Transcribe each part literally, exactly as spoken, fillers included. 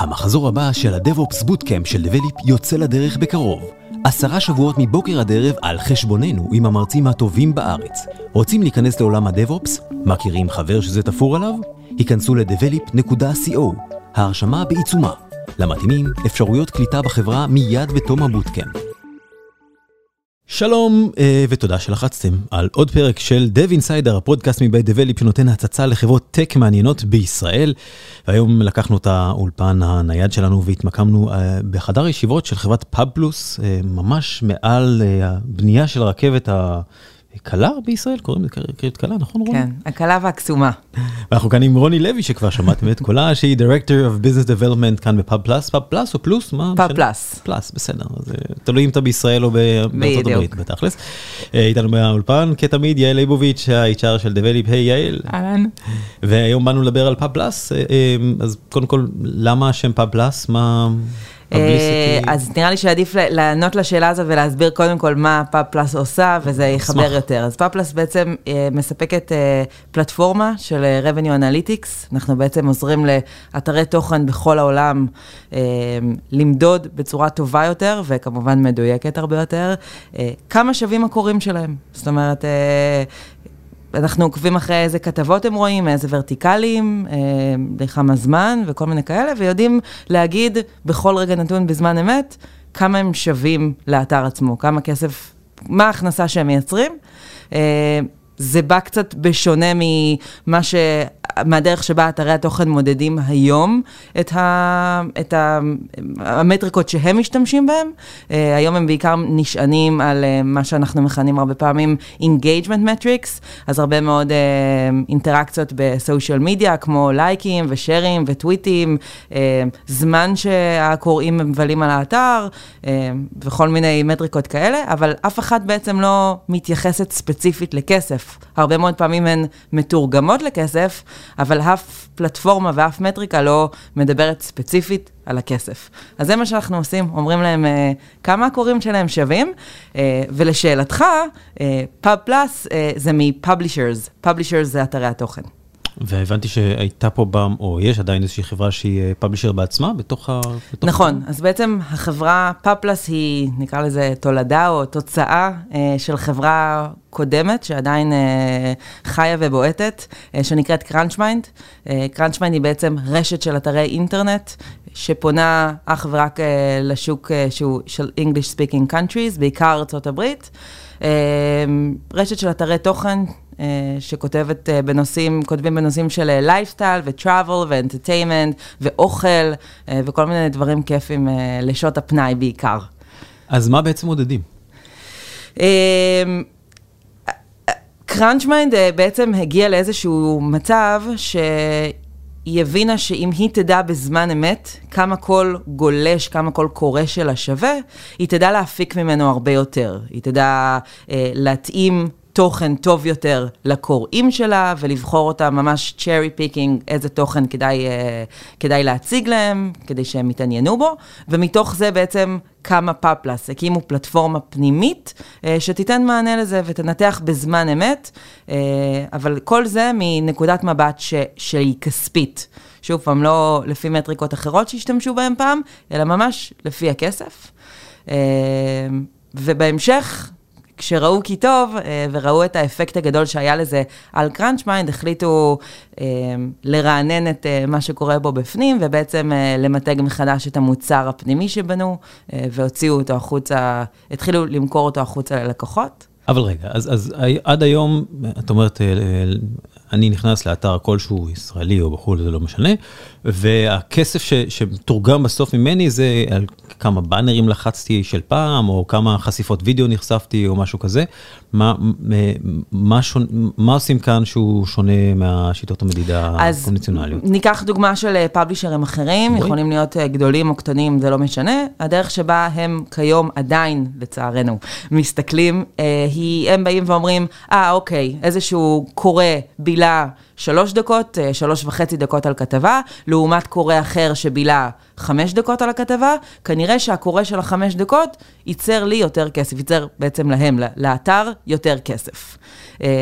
המחזור הבא של ה-DevOps Bootcamp של Develop יוצא לדרך בקרוב. עשרה שבועות מבוקר עד ערב על חשבוננו עם המרצים הטובים בארץ. רוצים להיכנס לעולם ה-DevOps? מכירים חבר שזה תפור עליו? היכנסו ל-develop נקודה co. ההרשמה בעיצומה. למתאימים, אפשרויות קליטה בחברה מיד בתום הבוטקאמפ. שלום ותודה שלחצתם על עוד פרק של Dev Insider, הפודקאסט מבית Develop שנותן הצצה לחברות טק מעניינות בישראל. והיום לקחנו את האולפן הנייד שלנו והתמקמנו בחדר ישיבות של חברת פאבלוס, ממש מעל הבנייה של הרכבת הקלה בישראל, קוראים לזה רכבת קלה, נכון רוני? כן, הקלה והקסומה. ואנחנו כאן עם רוני לוי שכבר שמעתם את קולה, שהיא Director of Business Development כאן בפאב פלאס, פאב פלאס או פלוס? פאב פלאס. פלאס, בסדר, אז תלוי אם אתה בישראל או בארצות הברית, בתכלס. איתנו באולפן, כתמיד, יעל ליבוביץ', ה-אייץ' אר של Develop, היי יעל. אהלן. והיום באנו לדבר על פאב פלאס, אז קודם כל, למה השם פאב פלאס? מה... אז נראה לי שעדיף לענות לשאלה הזאת ולהסביר קודם כל מה פאב פלאס עושה, וזה יחבר יותר. אז פאב פלאס בעצם מספקת פלטפורמה של Revenue Analytics. אנחנו בעצם עוזרים לאתרי תוכן בכל העולם למדוד בצורה טובה יותר, וכמובן מדויקת הרבה יותר, כמה שווים הקוראים שלהם. זאת אומרת, אנחנו עוקבים אחרי איזה כתבות הם רואים, איזה ורטיקלים, לכמה זמן וכל מיני כאלה, ויודעים להגיד בכל רגע נתון בזמן אמת, כמה הם שווים לאתר עצמו, כמה כסף, מה ההכנסה שהם מייצרים. זה בא קצת בשונה ממה ש... מהדרך שבה אתרי התוכן מודדים היום את, ה, את ה, המטריקות שהם משתמשים בהם. Uh, היום הם בעיקר נשענים על uh, מה שאנחנו מכנים הרבה פעמים engagement metrics, אז הרבה מאוד uh, אינטראקציות בסושיאל מדיה, כמו לייקים ושרים וטוויטים, uh, זמן שהקוראים מבלים על האתר, uh, וכל מיני מטריקות כאלה, אבל אף אחד בעצם לא מתייחסת ספציפית לכסף. הרבה מאוד פעמים הן מתורגמות לכסף, אבל אף פלטפורמה ואף מטריקה לא מדברת ספציפית על הכסף. אז זה מה שאנחנו עושים, אומרים להם uh, כמה הקוראים שלהם שווים, uh, ולשאלתך, פאב פלאס uh, uh, זה מ-publishers, publishers זה אתרי התוכן. והבנתי שהייתה פה, או יש עדיין איזושהי חברה שהיא פאבלישר בעצמה, בתוך ה... נכון, אז בעצם החברה פאב פלאס היא, נקרא לזה תולדה או תוצאה של חברה קודמת, שעדיין חיה ובועטת, שנקראת קראנצ'מיינד. קראנצ'מיינד היא בעצם רשת של אתרי אינטרנט, שפונה אך ורק לשוק שהוא של English speaking countries, בעיקר ארצות הברית. רשת של אתרי תוכן, שכותבת בנושאים, כותבים בנושאים של לייפסטייל וטראבל ואנטרטיימנט ואוכל וכל מיני דברים כיפים לשעות הפנאי בעיקר. אז מה בעצם מודדים? קראנצ'מיינד בעצם הגיע לאיזשהו מצב ש... היא הבינה שאם היא תדע בזמן אמת כמה כל גולש, כמה כל קורא שלה שווה, היא תדע להפיק ממנו הרבה יותר. היא תדע אה, להתאים תוכן טוב יותר לקוראים שלה, ולבחור אותה ממש cherry picking, איזה תוכן כדאי, אה, כדאי להציג להם, כדי שהם יתעניינו בו, ומתוך זה בעצם כמה פאב פלאס, הקימו פלטפורמה פנימית, אה, שתיתן מענה לזה ותנתח בזמן אמת, אה, אבל כל זה מנקודת מבט ש, שהיא כספית. שוב פעם, לא לפי מטריקות אחרות שהשתמשו בהם פעם, אלא ממש לפי הכסף. אה, ובהמשך, כשראו כי טוב, וראו את האפקט הגדול שהיה לזה על קראנצ'מיינד, החליטו לרענן את מה שקורה בו בפנים, ובעצם למתג מחדש את המוצר הפנימי שבנו, והוציאו אותו החוצה, התחילו למכור אותו החוצה ללקוחות. אבל רגע, אז, אז עד היום, את אומרת, אני נכנס לאתר כלשהו ישראלי או בחו"ל, זה לא משנה, והכסף ש, שתורגם בסוף ממני זה על כמה בנרים לחצתי של פעם, או כמה חשיפות וידאו נחשפתי, או משהו כזה. מה, מה, שונה, מה עושים כאן שהוא שונה מהשיטות המדידה הקונבנציונליות? אז ניקח דוגמה של פאבלישרים אחרים, בואי. יכולים להיות גדולים או קטנים, זה לא משנה. הדרך שבה הם כיום עדיין, לצערנו, מסתכלים, היא, הם באים ואומרים, אה, אוקיי, איזשהו קורא בילה שלוש דקות, שלוש וחצי דקות על כתבה, לעומת קורא אחר שבילה חמש דקות על הכתבה, כנראה שהקורא של החמש דקות ייצר לי יותר כסף, ייצר בעצם להם, לאתר, יותר כסף.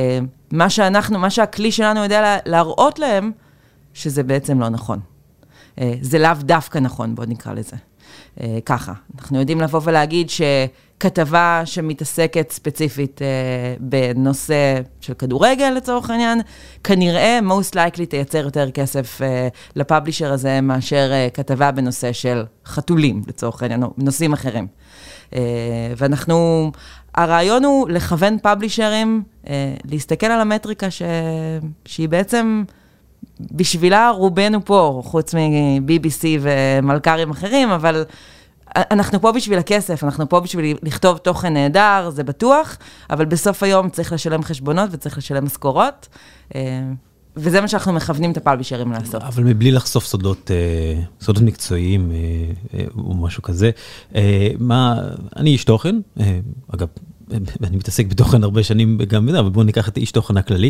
מה שאנחנו, מה שהכלי שלנו יודע להראות להם, שזה בעצם לא נכון. זה לאו דווקא נכון, בוא נקרא לזה. ככה, אנחנו יודעים לבוא ולהגיד שכתבה שמתעסקת ספציפית בנושא של כדורגל לצורך העניין, כנראה most likely תייצר יותר כסף לפאבלישר הזה מאשר כתבה בנושא של חתולים לצורך העניין, או נושאים אחרים. ואנחנו, הרעיון הוא לכוון פאבלישרים, להסתכל על המטריקה ש... שהיא בעצם בשבילה רובנו פה, חוץ מ-בי בי סי ומלכ"רים אחרים, אבל אנחנו פה בשביל הכסף, אנחנו פה בשביל לכתוב תוכן נהדר, זה בטוח, אבל בסוף היום צריך לשלם חשבונות וצריך לשלם משכורות, וזה מה שאנחנו מכוונים את הפאבלישרים לעשות. אבל מבלי לחשוף סודות, סודות מקצועיים או משהו כזה, מה, אני איש תוכן, אגב, אני מתעסק בתוכן הרבה שנים גם בזה, אבל בואו ניקח את איש תוכן הכללי.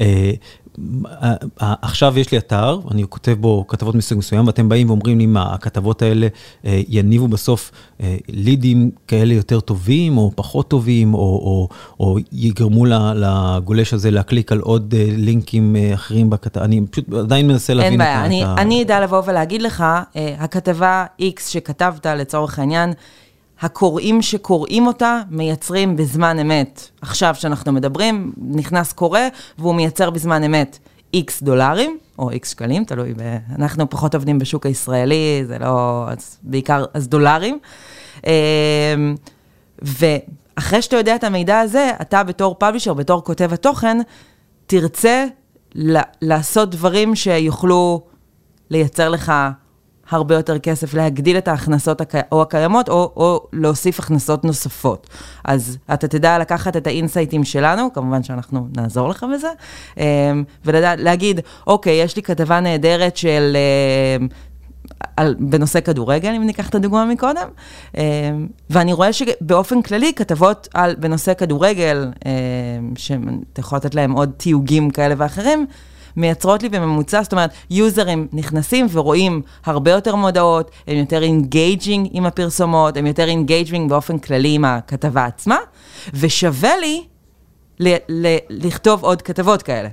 עכשיו יש לי אתר, אני כותב בו כתבות מסוג מסוים, ואתם באים ואומרים לי מה, הכתבות האלה יניבו בסוף לידים כאלה יותר טובים, או פחות טובים, או, או, או יגרמו לגולש הזה להקליק על עוד לינקים אחרים בכתבה. אני פשוט עדיין מנסה להבין את ה... אין בעיה, אני אדע לבוא ולהגיד לך, הכתבה X שכתבת לצורך העניין, הקוראים שקוראים אותה מייצרים בזמן אמת. עכשיו שאנחנו מדברים, נכנס קורא, והוא מייצר בזמן אמת X דולרים, או X שקלים, תלוי ב... אנחנו פחות עובדים בשוק הישראלי, זה לא... אז בעיקר, אז דולרים. ואחרי שאתה יודע את המידע הזה, אתה בתור פאבלישר, בתור כותב התוכן, תרצה לעשות דברים שיוכלו לייצר לך הרבה יותר כסף, להגדיל את ההכנסות או הקיימות, או, או להוסיף הכנסות נוספות. אז אתה תדע לקחת את האינסייטים שלנו, כמובן שאנחנו נעזור לך בזה, ולהגיד, אוקיי, יש לי כתבה נהדרת של, על, בנושא כדורגל, אם ניקח את הדוגמה מקודם, ואני רואה שבאופן כללי, כתבות על, בנושא כדורגל, שאתה יכול לתת להם עוד תיוגים כאלה ואחרים, מייצרות לי בממוצע, זאת אומרת, יוזרים נכנסים ורואים הרבה יותר מודעות, הם יותר אינגייג'ינג עם הפרסומות, הם יותר אינגייג'ינג באופן כללי עם הכתבה עצמה, ושווה לי ל- ל- לכתוב עוד כתבות כאלה.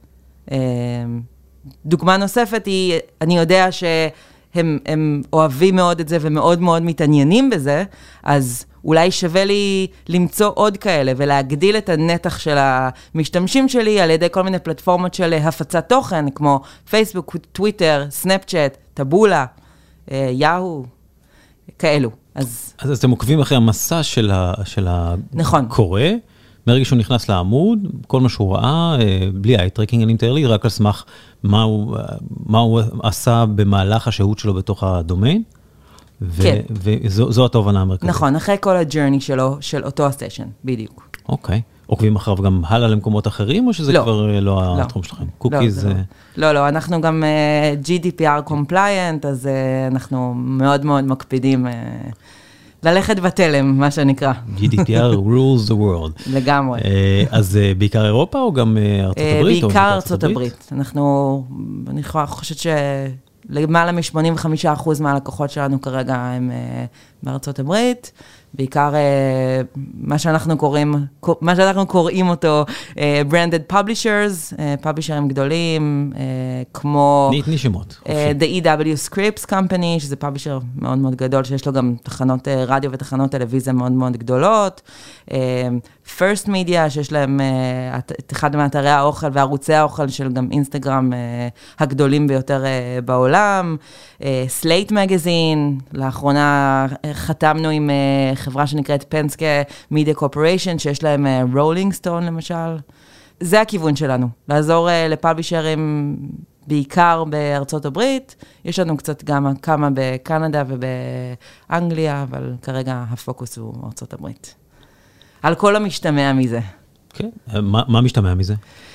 דוגמה נוספת היא, אני יודע שהם הם אוהבים מאוד את זה ומאוד מאוד מתעניינים בזה, אז אולי שווה לי למצוא עוד כאלה ולהגדיל את הנתח של המשתמשים שלי על ידי כל מיני פלטפורמות של הפצת תוכן, כמו פייסבוק, טוויטר, סנאפצ'אט, טבולה, יאהו, כאלו. אז, אז אתם עוקבים אחרי המסע של, ה, של הקורא, נכון. מרגע שהוא נכנס לעמוד, כל מה שהוא ראה, בלי eye-tracking אני מתאר לי, רק על סמך מה הוא, מה הוא עשה במהלך השהות שלו בתוך הדומיין, כן. וזו התובנה המרכזית. נכון, אחרי כל הג'רני שלו, של אותו הסשן, בדיוק. אוקיי. עוקבים אחריו גם הלאה למקומות אחרים, או שזה לא. כבר לא התחום שלכם? קוקיז... לא, לא, אנחנו גם ג'י די פי אר compliant, אז אנחנו מאוד מאוד מקפידים ללכת בתלם, מה שנקרא. ג'י די פי אר rules the world. לגמרי. אז בעיקר אירופה או גם ארצות הברית? בעיקר ארצות הברית. אנחנו, אני חושבת ש... למעלה מ-שמונים וחמישה אחוז מהלקוחות שלנו כרגע הם בארצות הברית, בעיקר מה שאנחנו קוראים, מה שאנחנו קוראים אותו, branded publishers, publishers גדולים, כמו... ניתני שמות. The אי דאבליו Scripts Company, שזה publisher מאוד מאוד גדול, שיש לו גם תחנות רדיו ותחנות טלוויזיה מאוד מאוד גדולות, First Media, שיש להם את אחד מאתרי האוכל וערוצי האוכל של גם אינסטגרם הגדולים ביותר בעולם, Slate Magazine, לאחרונה חתמנו עם חברה שנקראת פנסקה מידיה קורפוריישן, שיש להם רולינג סטון למשל. זה הכיוון שלנו, לעזור לפאבלישרים בעיקר בארצות הברית, יש לנו קצת גם כמה בקנדה ובאנגליה, אבל כרגע הפוקוס הוא ארצות הברית. על כל המשתמע מזה. כן, מה, מה משתמע מזה?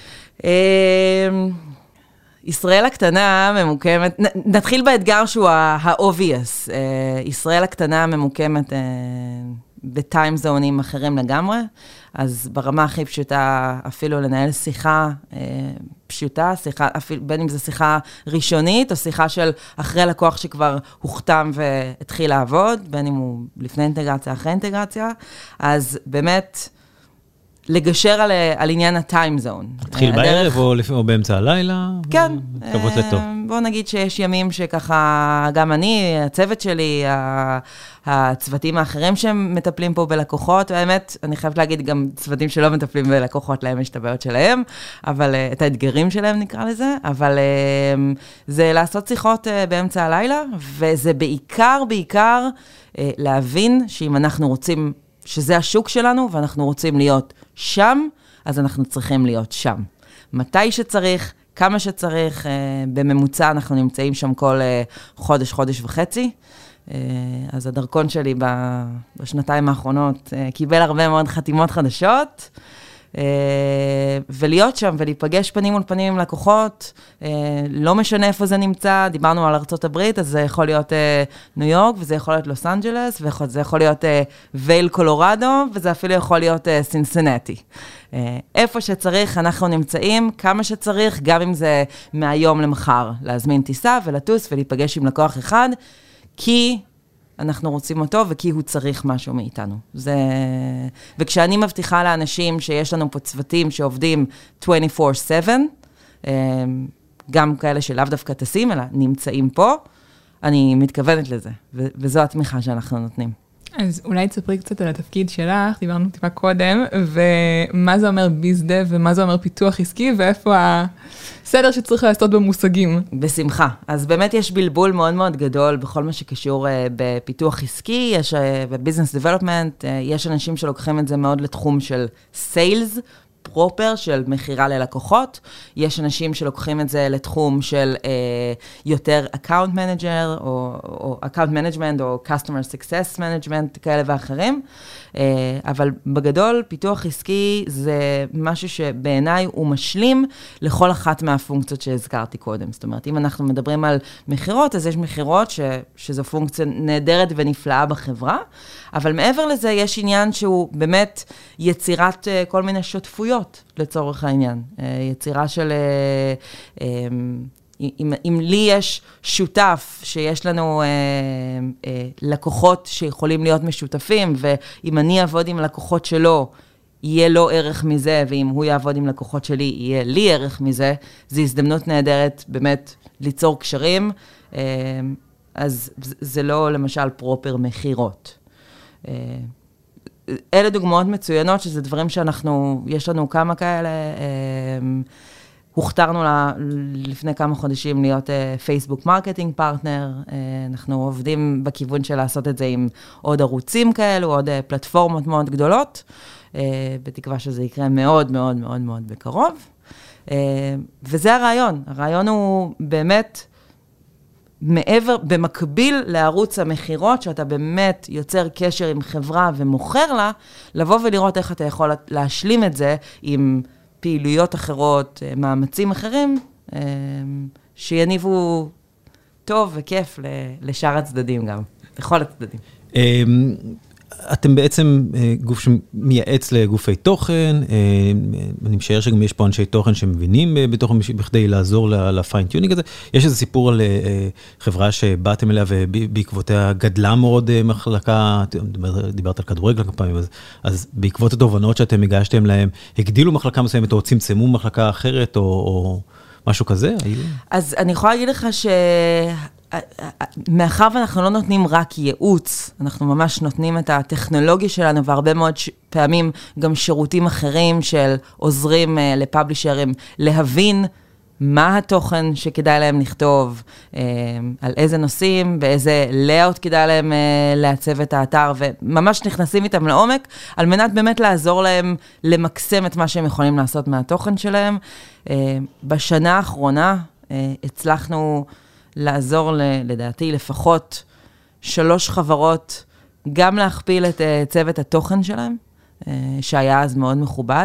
ישראל הקטנה ממוקמת, נתחיל באתגר שהוא ה-obvious. ישראל הקטנה ממוקמת בטיים זונים אחרים לגמרי, אז ברמה הכי פשוטה אפילו לנהל שיחה פשוטה, שיחה, אפילו, בין אם זו שיחה ראשונית, או שיחה של אחרי לקוח שכבר הוכתם והתחיל לעבוד, בין אם הוא לפני אינטגרציה, אחרי אינטגרציה, אז באמת לגשר על, על עניין הטיים זון. התחיל בערב או, או באמצע הלילה? כן. כבוד לטוב. בוא נגיד שיש ימים שככה, גם אני, הצוות שלי, הצוותים האחרים שמטפלים פה בלקוחות, והאמת, אני חייבת להגיד גם צוותים שלא מטפלים בלקוחות, להם יש את הבעיות שלהם, אבל את האתגרים שלהם נקרא לזה, אבל זה לעשות שיחות באמצע הלילה, וזה בעיקר, בעיקר להבין שאם אנחנו רוצים, שזה השוק שלנו, ואנחנו רוצים להיות שם, אז אנחנו צריכים להיות שם. מתי שצריך, כמה שצריך, בממוצע אנחנו נמצאים שם כל חודש, חודש וחצי. אז הדרכון שלי בשנתיים האחרונות קיבל הרבה מאוד חתימות חדשות, ולהיות שם ולהיפגש פנים מול פנים עם לקוחות, לא משנה איפה זה נמצא, דיברנו על ארצות הברית, אז זה יכול להיות ניו יורק, וזה יכול להיות לוס אנג'לס, וזה יכול להיות וייל קולורדו, וזה אפילו יכול להיות סינסינטי. איפה שצריך, אנחנו נמצאים, כמה שצריך, גם אם זה מהיום למחר, להזמין טיסה ולטוס ולהיפגש עם לקוח אחד, כי אנחנו רוצים אותו, וכי הוא צריך משהו מאיתנו. זה... וכשאני מבטיחה לאנשים שיש לנו פה צוותים שעובדים עשרים וארבע שבע, גם כאלה שלאו דווקא טסים, אלא נמצאים פה, אני מתכוונת לזה, ו- וזו התמיכה שאנחנו נותנים. אז אולי תספרי קצת על התפקיד שלך, דיברנו טיפה קודם, ומה זה אומר ביזדב, ומה זה אומר פיתוח עסקי, ואיפה הסדר שצריך לעשות במושגים. בשמחה. אז באמת יש בלבול מאוד מאוד גדול בכל מה שקשור בפיתוח עסקי, יש בביזנס דבלופמנט, יש אנשים שלוקחים את זה מאוד לתחום של סיילס, פרופר של מחירה ללקוחות, יש אנשים שלוקחים את זה לתחום של אה, יותר אקאונט מנג'ר, או, או אקאונט מנג'מנט, או customer success management, כאלה ואחרים, אה, אבל בגדול, פיתוח עסקי זה משהו שבעיניי הוא משלים לכל אחת מהפונקציות שהזכרתי קודם. זאת אומרת, אם אנחנו מדברים על מחירות, אז יש מחירות ש, שזו פונקציה נהדרת ונפלאה בחברה, אבל מעבר לזה יש עניין שהוא באמת יצירת uh, כל מיני שותפויות לצורך העניין. Uh, יצירה של, uh, um, אם, אם לי יש שותף שיש לנו uh, uh, לקוחות שיכולים להיות משותפים, ואם אני אעבוד עם לקוחות שלו, יהיה לו ערך מזה, ואם הוא יעבוד עם לקוחות שלי, יהיה לי ערך מזה, זו הזדמנות נהדרת באמת ליצור קשרים, uh, אז זה לא למשל פרופר מחירות. אלה דוגמאות מצוינות, שזה דברים שאנחנו, יש לנו כמה כאלה, הוכתרנו לפני כמה חודשים להיות פייסבוק מרקטינג פרטנר, אנחנו עובדים בכיוון של לעשות את זה עם עוד ערוצים כאלו, עוד פלטפורמות מאוד גדולות, בתקווה שזה יקרה מאוד מאוד מאוד מאוד בקרוב, וזה הרעיון, הרעיון הוא באמת, מעבר, במקביל לערוץ המחירות, שאתה באמת יוצר קשר עם חברה ומוכר לה, לבוא ולראות איך אתה יכול להשלים את זה עם פעילויות אחרות, מאמצים אחרים, שיניבו טוב וכיף לשאר הצדדים גם, לכל הצדדים. אתם בעצם גוף שמייעץ לגופי תוכן, אני משער שגם יש פה אנשי תוכן שמבינים בתוכן בכדי לעזור לפיינטיונינג הזה. יש איזה סיפור על חברה שבאתם אליה ובעקבותיה גדלה מאוד מחלקה, דיברת על כדורגל כמה פעמים, אז בעקבות התובנות שאתם הגשתם להם, הגדילו מחלקה מסוימת או צמצמו מחלקה אחרת או משהו כזה? אז אני יכולה להגיד לך ש... מאחר ואנחנו לא נותנים רק ייעוץ, אנחנו ממש נותנים את הטכנולוגיה שלנו, והרבה מאוד פעמים גם שירותים אחרים של עוזרים לפאבלישרים להבין מה התוכן שכדאי להם לכתוב, על איזה נושאים, באיזה לאyout כדאי להם לעצב את האתר, וממש נכנסים איתם לעומק, על מנת באמת לעזור להם למקסם את מה שהם יכולים לעשות מהתוכן שלהם. בשנה האחרונה הצלחנו לעזור, לדעתי, לפחות שלוש חברות, גם להכפיל את צוות התוכן שלהם, שהיה אז מאוד מכובד,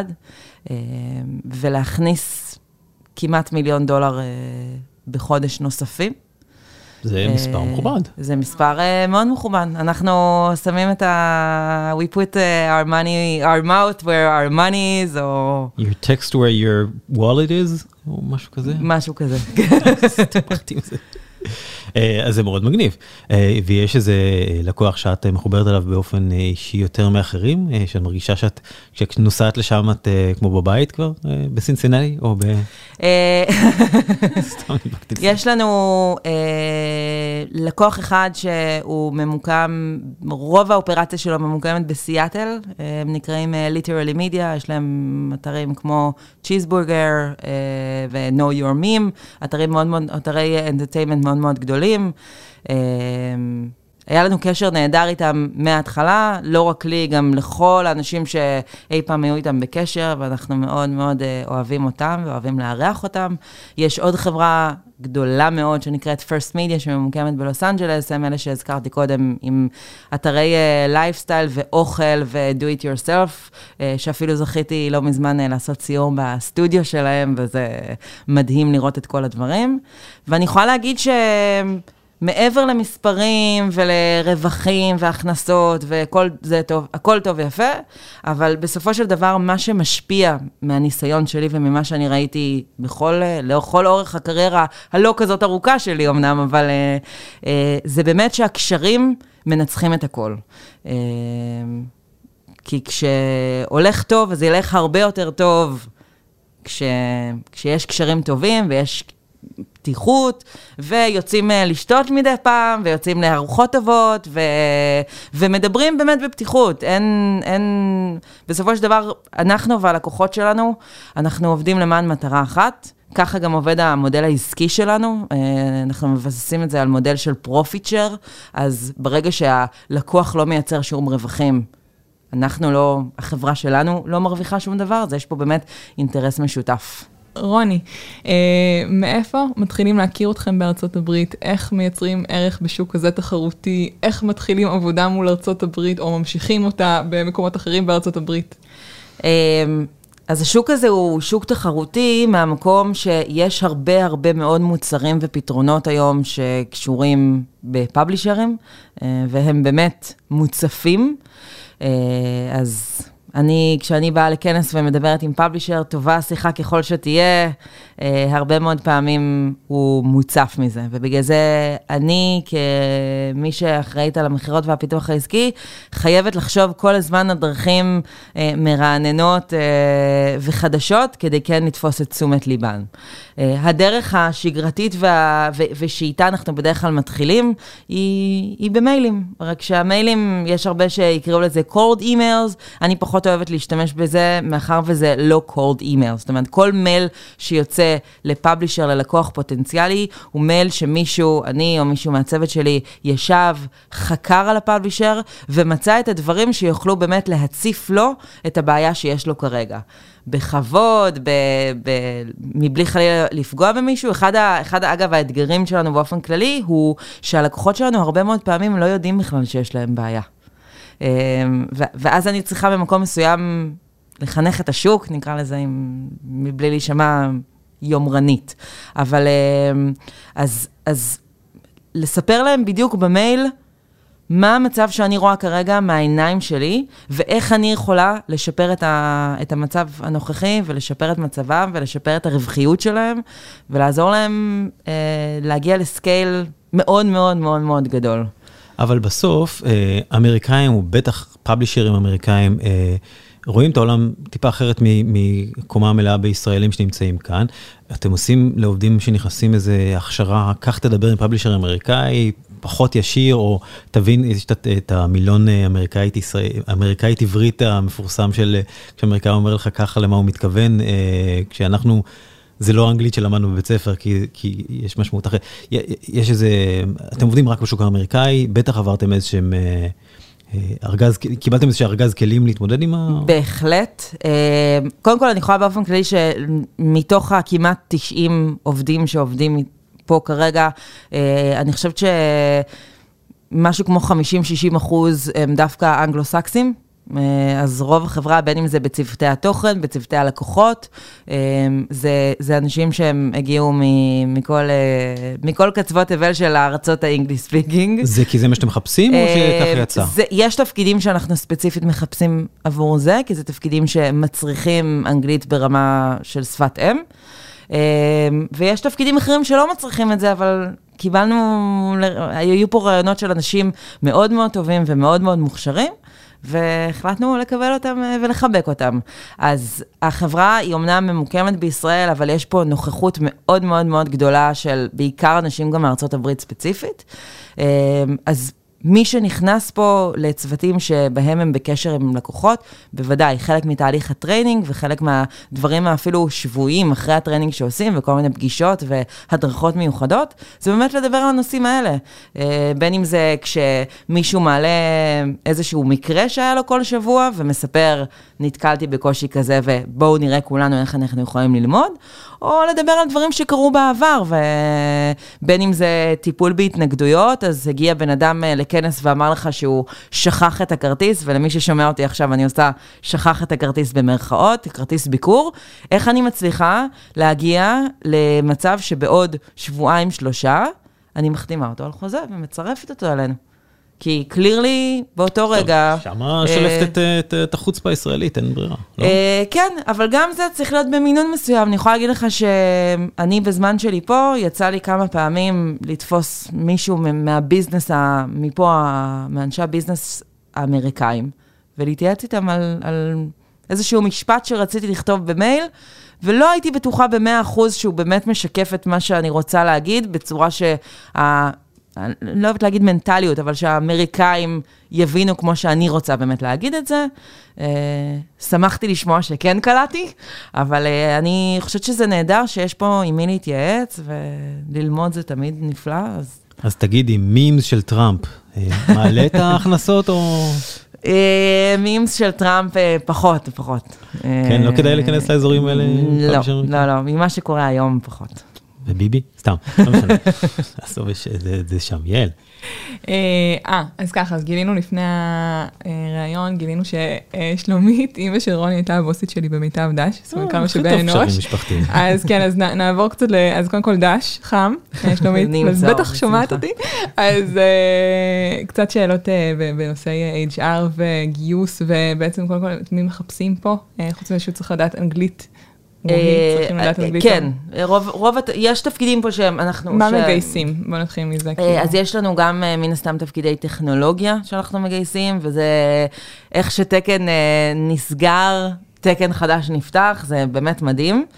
ולהכניס כמעט מיליון דולר בחודש נוספים. זה מספר מכובד. זה מספר מאוד מכובד. אנחנו שמים את ה... We put our money, our mouth where our money is, או... Your text where your wallet is, או משהו כזה? משהו כזה. תמכתי עם זה. אז זה מאוד מגניב. ויש איזה לקוח שאת מחוברת עליו באופן אישי יותר מאחרים, שאת מרגישה שאת, כשאת נוסעת לשם את כמו בבית כבר, בסינסינלי או ב... יש לנו לקוח אחד שהוא ממוקם, רוב האופרציה שלו ממוקמת בסיאטל, הם נקראים Literally Media, יש להם אתרים כמו צ'יזבורגר ו-Know Your Meme, אתרים מאוד מאוד, אתרי entertainment מאוד מאוד גדולים. היה לנו קשר נהדר איתם מההתחלה, לא רק לי, גם לכל האנשים שאי פעם היו איתם בקשר, ואנחנו מאוד מאוד אוהבים אותם ואוהבים לארח אותם. יש עוד חברה גדולה מאוד שנקראת First Media, שממוקמת בלוס אנג'לס, הם אלה שהזכרתי קודם עם אתרי לייפסטייל ואוכל ו-do it yourself, שאפילו זכיתי לא מזמן לעשות סיור בסטודיו שלהם, וזה מדהים לראות את כל הדברים. ואני יכולה להגיד ש... מעבר למספרים ולרווחים והכנסות וכל זה טוב, הכל טוב ויפה, אבל בסופו של דבר מה שמשפיע מהניסיון שלי וממה שאני ראיתי בכל, לכל אורך הקריירה הלא כזאת ארוכה שלי אמנם, אבל אה, אה, זה באמת שהקשרים מנצחים את הכל. אה, כי כשהולך טוב, אז ילך הרבה יותר טוב כש, כשיש קשרים טובים ויש פתיחות, ויוצאים לשתות מדי פעם, ויוצאים לארוחות טובות, ו... ומדברים באמת בפתיחות. אין, אין... בסופו של דבר, אנחנו והלקוחות שלנו, אנחנו עובדים למען מטרה אחת, ככה גם עובד המודל העסקי שלנו, אנחנו מבססים את זה על מודל של profit share, אז ברגע שהלקוח לא מייצר שום רווחים, אנחנו לא, החברה שלנו לא מרוויחה שום דבר, אז יש פה באמת אינטרס משותף. רוני, אה, מאיפה מתחילים להכיר אתכם בארצות הברית? איך מייצרים ערך בשוק כזה תחרותי? איך מתחילים עבודה מול ארצות הברית, או ממשיכים אותה במקומות אחרים בארצות הברית? אה, אז השוק הזה הוא שוק תחרותי מהמקום שיש הרבה הרבה מאוד מוצרים ופתרונות היום שקשורים בפאבלישרים, אה, והם באמת מוצפים. אה, אז... אני, כשאני באה לכנס ומדברת עם פאבלישר, טובה שיחה ככל שתהיה, אה, הרבה מאוד פעמים הוא מוצף מזה, ובגלל זה אני, כמי שאחראית על המחירות והפיתוח העסקי, חייבת לחשוב כל הזמן על דרכים אה, מרעננות אה, וחדשות, כדי כן לתפוס את תשומת ליבן. אה, הדרך השגרתית וה, ו, ושאיתה אנחנו בדרך כלל מתחילים, היא, היא במיילים, רק שהמיילים, יש הרבה שיקראו לזה cold emails, אני פחות אוהבת להשתמש בזה, מאחר וזה לא cold email. זאת אומרת, כל מייל שיוצא לפאבלישר, ללקוח פוטנציאלי, הוא מייל שמישהו, אני או מישהו מהצוות שלי, ישב, חקר על הפאבלישר, ומצא את הדברים שיוכלו באמת להציף לו את הבעיה שיש לו כרגע. בכבוד, ב, ב, מבלי חלילה לפגוע במישהו. אחד, ה, אחד אגב, האתגרים שלנו באופן כללי, הוא שהלקוחות שלנו הרבה מאוד פעמים לא יודעים בכלל שיש להם בעיה. ואז אני צריכה במקום מסוים לחנך את השוק, נקרא לזה, מבלי להישמע יומרנית. אבל אז, אז לספר להם בדיוק במייל, מה המצב שאני רואה כרגע מהעיניים שלי, ואיך אני יכולה לשפר את, ה, את המצב הנוכחי, ולשפר את מצבם, ולשפר את הרווחיות שלהם, ולעזור להם אה, להגיע לסקייל מאוד מאוד מאוד מאוד גדול. אבל בסוף, אמריקאים, ובטח פאבלישרים אמריקאים, רואים את העולם טיפה אחרת מקומה המלאה בישראלים שנמצאים כאן. אתם עושים לעובדים שנכנסים איזה הכשרה, כך תדבר עם פאבלישר אמריקאי, פחות ישיר, או תבין, יש את המילון אמריקאית, אמריקאית עברית המפורסם של, כשאמריקאי אומר לך ככה למה הוא מתכוון, כשאנחנו... זה לא אנגלית שלמדנו בבית ספר, כי, כי יש משמעות אחרת. יש איזה, אתם עובדים רק בשוק האמריקאי, בטח עברתם איזשהם ארגז, קיבלתם איזשהו ארגז כלים להתמודד עם ה... בהחלט. קודם כל, אני יכולה באופן כללי שמתוך הכמעט תשעים עובדים שעובדים פה כרגע, אני חושבת שמשהו כמו חמישים שישים אחוז הם דווקא אנגלו-סקסים, אז רוב החברה, בין אם זה בצוותי התוכן, בצוותי הלקוחות, זה, זה אנשים שהם הגיעו מכל, מכל קצוות תבל של הארצות האנגליש ספיקינג. זה כי זה מה שאתם מחפשים או שככה יצא? זה, יש תפקידים שאנחנו ספציפית מחפשים עבור זה, כי זה תפקידים שמצריכים אנגלית ברמה של שפת אם. ויש תפקידים אחרים שלא מצריכים את זה, אבל קיבלנו, היו פה רעיונות של אנשים מאוד מאוד טובים ומאוד מאוד מוכשרים, והחלטנו לקבל אותם ולחבק אותם. אז החברה היא אומנם ממוקמת בישראל, אבל יש פה נוכחות מאוד מאוד מאוד גדולה של בעיקר אנשים גם מארצות הברית ספציפית. אז מי שנכנס פה לצוותים שבהם הם בקשר עם לקוחות, בוודאי חלק מתהליך הטריינינג וחלק מהדברים אפילו שבועים אחרי הטריינינג שעושים וכל מיני פגישות והדרכות מיוחדות, זה באמת לדבר על הנושאים האלה. בין אם זה כשמישהו מעלה איזשהו מקרה שהיה לו כל שבוע ומספר, נתקלתי בקושי כזה ובואו נראה כולנו איך אנחנו יכולים ללמוד, או לדבר על דברים שקרו בעבר, ובין אם זה טיפול בהתנגדויות, אז הגיע בן אדם לכנס ואמר לך שהוא שכח את הכרטיס, ולמי ששומע אותי עכשיו אני עושה שכח את הכרטיס במרכאות, כרטיס ביקור, איך אני מצליחה להגיע למצב שבעוד שבועיים שלושה, אני מחתימה אותו על חוזה ומצרפת אותו עלינו. כי קלירלי באותו רגע... שמה שלפת את החוצפה הישראלית, אין ברירה. כן, אבל גם זה צריך להיות במינון מסוים. אני יכולה להגיד לך שאני בזמן שלי פה, יצא לי כמה פעמים לתפוס מישהו מהביזנס, מפה, מאנשי הביזנס האמריקאים, ולהתייעץ איתם על איזשהו משפט שרציתי לכתוב במייל, ולא הייתי בטוחה במאה אחוז שהוא באמת משקף את מה שאני רוצה להגיד, בצורה שה... אני לא אוהבת להגיד מנטליות, אבל שהאמריקאים יבינו כמו שאני רוצה באמת להגיד את זה. שמחתי לשמוע שכן קלטתי, אבל אני חושבת שזה נהדר שיש פה עם מי להתייעץ, וללמוד זה תמיד נפלא. אז, אז תגידי, מימס של טראמפ, מעלה את ההכנסות או... מימס של טראמפ פחות, פחות. כן, לא כדאי להיכנס לאזורים האלה? לא, לא, לא, ממה שקורה היום פחות. וביבי? סתם, לא משנה. הסוף זה שם, יעל. אה, אז ככה, אז גילינו לפני הרעיון, גילינו ששלומית, אמא של רוני הייתה הבוסית שלי במיטב דש, זאת אומרת כמה שבי אנוש. אז כן, אז נעבור קצת, אז קודם כל דש, חם, שלומית, אז בטח שומעת אותי. אז קצת שאלות בנושאי אייץ' אר וגיוס, ובעצם קודם כל, מי מחפשים פה? חוץ מזה שהוא צריך לדעת אנגלית. כן, רוב, יש תפקידים פה שהם, אנחנו... מה מגייסים? בוא נתחיל מזה. אז יש לנו גם מן הסתם תפקידי טכנולוגיה שאנחנו מגייסים, וזה איך שתקן נסגר, תקן חדש נפתח, זה באמת מדהים.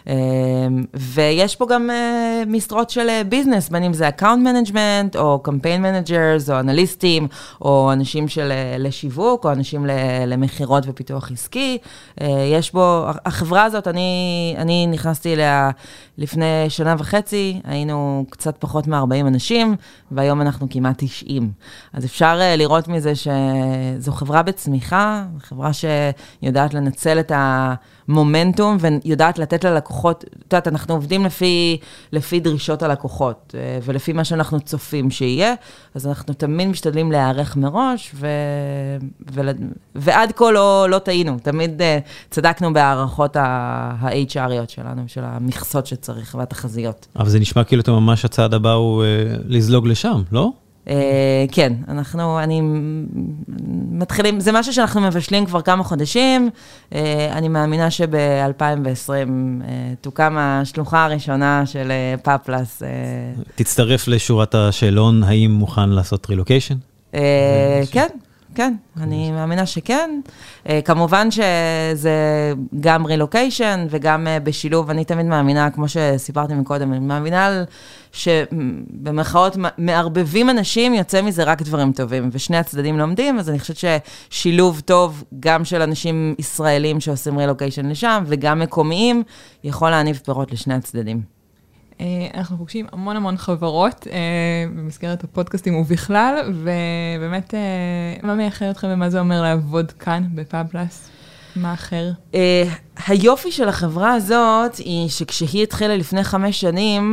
ויש פה גם משרות של ביזנס, בין אם זה אקאונט מנג'מנט, או קמפיין מנג'רס, או אנליסטים, או אנשים של לשיווק, או אנשים למחירות ופיתוח עסקי. יש בו, החברה הזאת, אני, אני נכנסתי אליה לפני שנה וחצי, היינו קצת פחות מ-ארבעים אנשים, והיום אנחנו כמעט תשעים. אז אפשר לראות מזה שזו חברה בצמיחה, חברה שיודעת לנצל את המומנטום, ויודעת לתת ללקוחות, את יודעת, אנחנו עובדים לפי, לפי דרישות הלקוחות, ולפי מה שאנחנו צופים שיהיה, אז אנחנו תמיד משתדלים להיערך מראש, ו... ו... ועד כה לא, לא טעינו, תמיד צדקנו בהערכות ה-אייץ' אר'יות שלנו, של המכסות שצריך, והתחזיות. אבל זה נשמע כאילו הממש הצעד הבא הוא לזלוג לשם, לא? כן, אנחנו, אני מתחילים, זה משהו שאנחנו מבשלים כבר כמה חודשים, אני מאמינה שב-אלפיים ועשרים תוקם השלוחה הראשונה של פאפלס. תצטרף לשורת השאלון, האם מוכן לעשות רילוקיישן? כן. כן, אני מאמינה שכן. כמובן שזה גם רילוקיישן וגם בשילוב, אני תמיד מאמינה, כמו שסיפרתי מקודם, אני מאמינה שבמרכאות מערבבים אנשים, יוצא מזה רק דברים טובים, ושני הצדדים לומדים, אז אני חושבת ששילוב טוב גם של אנשים ישראלים שעושים רילוקיישן לשם, וגם מקומיים, יכול להניב פירות לשני הצדדים. אנחנו פוגשים המון המון חברות במסגרת הפודקאסטים ובכלל, ובאמת, מה מייחד אתכם ומה זה אומר לעבוד כאן בפאפלס? מה אחר? היופי של החברה הזאת היא שכשהיא התחילה לפני חמש שנים,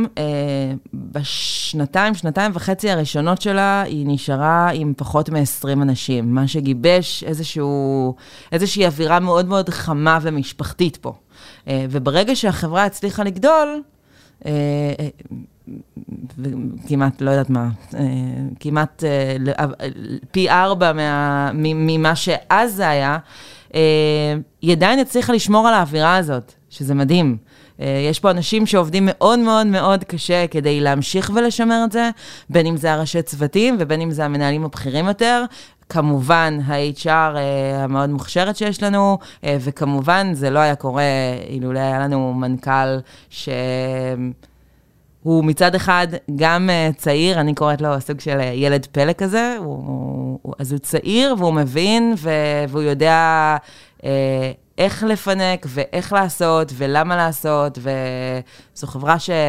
בשנתיים, שנתיים וחצי הראשונות שלה, היא נשארה עם פחות מ-עשרים אנשים, מה שגיבש איזשהו, איזושהי אווירה מאוד מאוד חמה ומשפחתית פה. וברגע שהחברה הצליחה לגדול, כמעט, לא יודעת מה, כמעט פי ארבע ממה שאז זה היה, היא עדיין הצליחה לשמור על האווירה הזאת, שזה מדהים. יש פה אנשים שעובדים מאוד מאוד מאוד קשה כדי להמשיך ולשמר את זה, בין אם זה הראשי צוותים ובין אם זה המנהלים הבכירים יותר, כמובן ה-אייץ' אר המאוד מוכשרת שיש לנו, וכמובן זה לא היה קורה אילולא היה לנו מנכ"ל ש... הוא מצד אחד גם צעיר, אני קוראת לו סוג של ילד פלא כזה, הוא, הוא, אז הוא צעיר והוא מבין והוא יודע אה, איך לפנק ואיך לעשות ולמה לעשות, וזו חברה ש,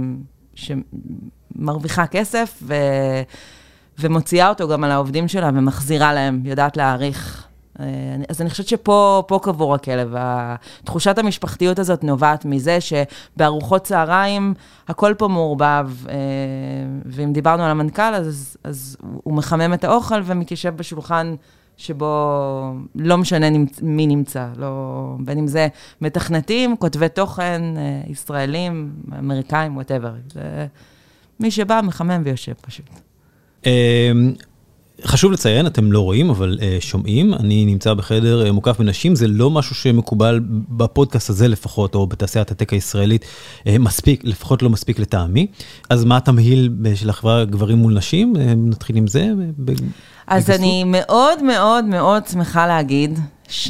שמרוויחה כסף ו, ומוציאה אותו גם על העובדים שלה ומחזירה להם, יודעת להעריך. אז אני חושבת שפה פה קבור הכלב. התחושת המשפחתיות הזאת נובעת מזה שבארוחות צהריים הכל פה מעורבב, ואם דיברנו על המנכ"ל, אז, אז הוא מחמם את האוכל ומתיישב בשולחן שבו לא משנה מי נמצא, לא, בין אם זה מתכנתים, כותבי תוכן, ישראלים, אמריקאים, whatever. זה מי שבא מחמם ויושב פשוט. חשוב לציין, אתם לא רואים, אבל uh, שומעים, אני נמצא בחדר uh, מוקף בנשים, זה לא משהו שמקובל בפודקאסט הזה לפחות, או בתעשיית הטק הישראלית, uh, מספיק, לפחות לא מספיק לטעמי. אז מה התמהיל של החברה גברים מול נשים? Uh, נתחיל עם זה? ב- אז בגסות? אני מאוד מאוד מאוד שמחה להגיד, ש...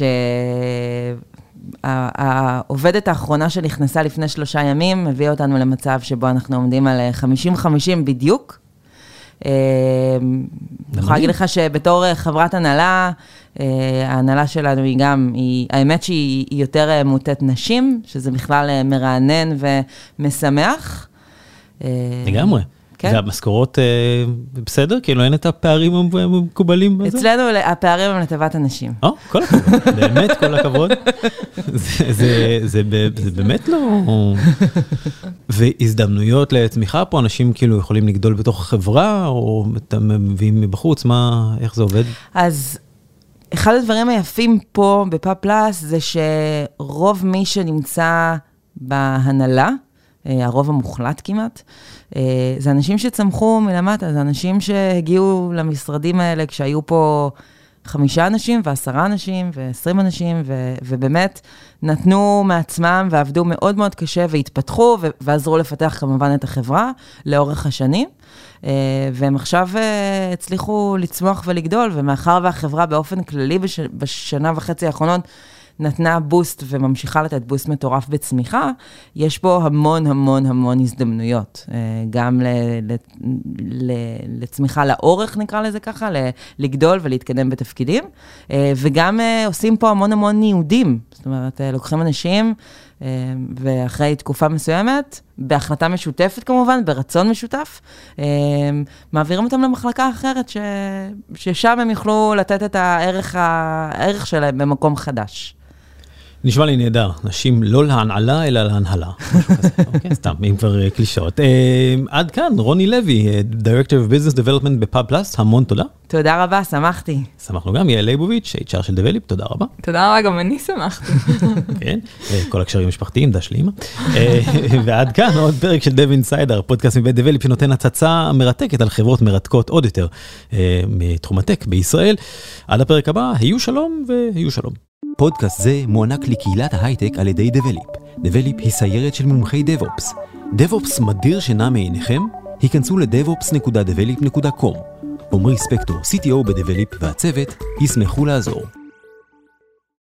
העובדת האחרונה שנכנסה לפני שלושה ימים, הביאה אותנו למצב שבו אנחנו עומדים על חמישים חמישים בדיוק, אני יכולה להגיד לך שבתור חברת הנהלה, ההנהלה שלנו היא גם, האמת שהיא יותר מוטת נשים, שזה בכלל מרענן ומשמח. לגמרי. והמשכורות בסדר? כאילו אין את הפערים המקובלים בזה? אצלנו הפערים הם לטובת הנשים. אה, כל הכבוד, באמת כל הכבוד. זה באמת לא... והזדמנויות לצמיחה פה, אנשים כאילו יכולים לגדול בתוך החברה, או אתם מביאים מבחוץ, מה, איך זה עובד? אז אחד הדברים היפים פה בפאפ פלאס, זה שרוב מי שנמצא בהנהלה, הרוב המוחלט כמעט, זה אנשים שצמחו מלמטה, זה אנשים שהגיעו למשרדים האלה כשהיו פה חמישה אנשים ועשרה אנשים ועשרים אנשים, ו- ובאמת נתנו מעצמם ועבדו מאוד מאוד קשה והתפתחו ו- ועזרו לפתח כמובן את החברה לאורך השנים, והם עכשיו הצליחו לצמוח ולגדול, ומאחר והחברה באופן כללי בש- בשנה וחצי האחרונות, נתנה בוסט וממשיכה לתת בוסט מטורף בצמיחה, יש פה המון המון המון הזדמנויות, גם לצמיחה לאורך נקרא לזה ככה, לגדול ולהתקדם בתפקידים, וגם עושים פה המון המון ניהודים, זאת אומרת, לוקחים אנשים, ואחרי תקופה מסוימת, בהחלטה משותפת כמובן, ברצון משותף, מעבירים אותם למחלקה אחרת, ש... ששם הם יוכלו לתת את הערך, הערך שלהם במקום חדש. נשמע לי נהדר, נשים לא להנעלה, אלא להנהלה. אוקיי, סתם, אם כבר קלישאות. עד כאן, רוני לוי, Director of Business Development בפאב פלאס, המון תודה. תודה רבה, שמחתי. שמחנו גם, יעל ליבוביץ', אייץ' אר של דבליפ, תודה רבה. תודה רבה, גם אני שמחתי. כן, כל הקשרים משפחתיים, דש לאמא. ועד כאן, עוד פרק של דב אינסיידר, פודקאסט מבית דבליפ, שנותן הצצה מרתקת על חברות מרתקות עוד יותר מתחום הטק בישראל. עד הפרק הבא, היו שלום והיו שלום. פודקאסט זה מוענק לקהילת ההייטק על ידי דבליפ. דבליפ היא סיירת של מומחי דב-אופס. דב-אופס מדיר שינה מעיניכם? היכנסו ל-דב-אופס נקודה דבליפ נקודה קום. עומרי ספקטור, סי טי או בדבליפ והצוות, ישמחו לעזור.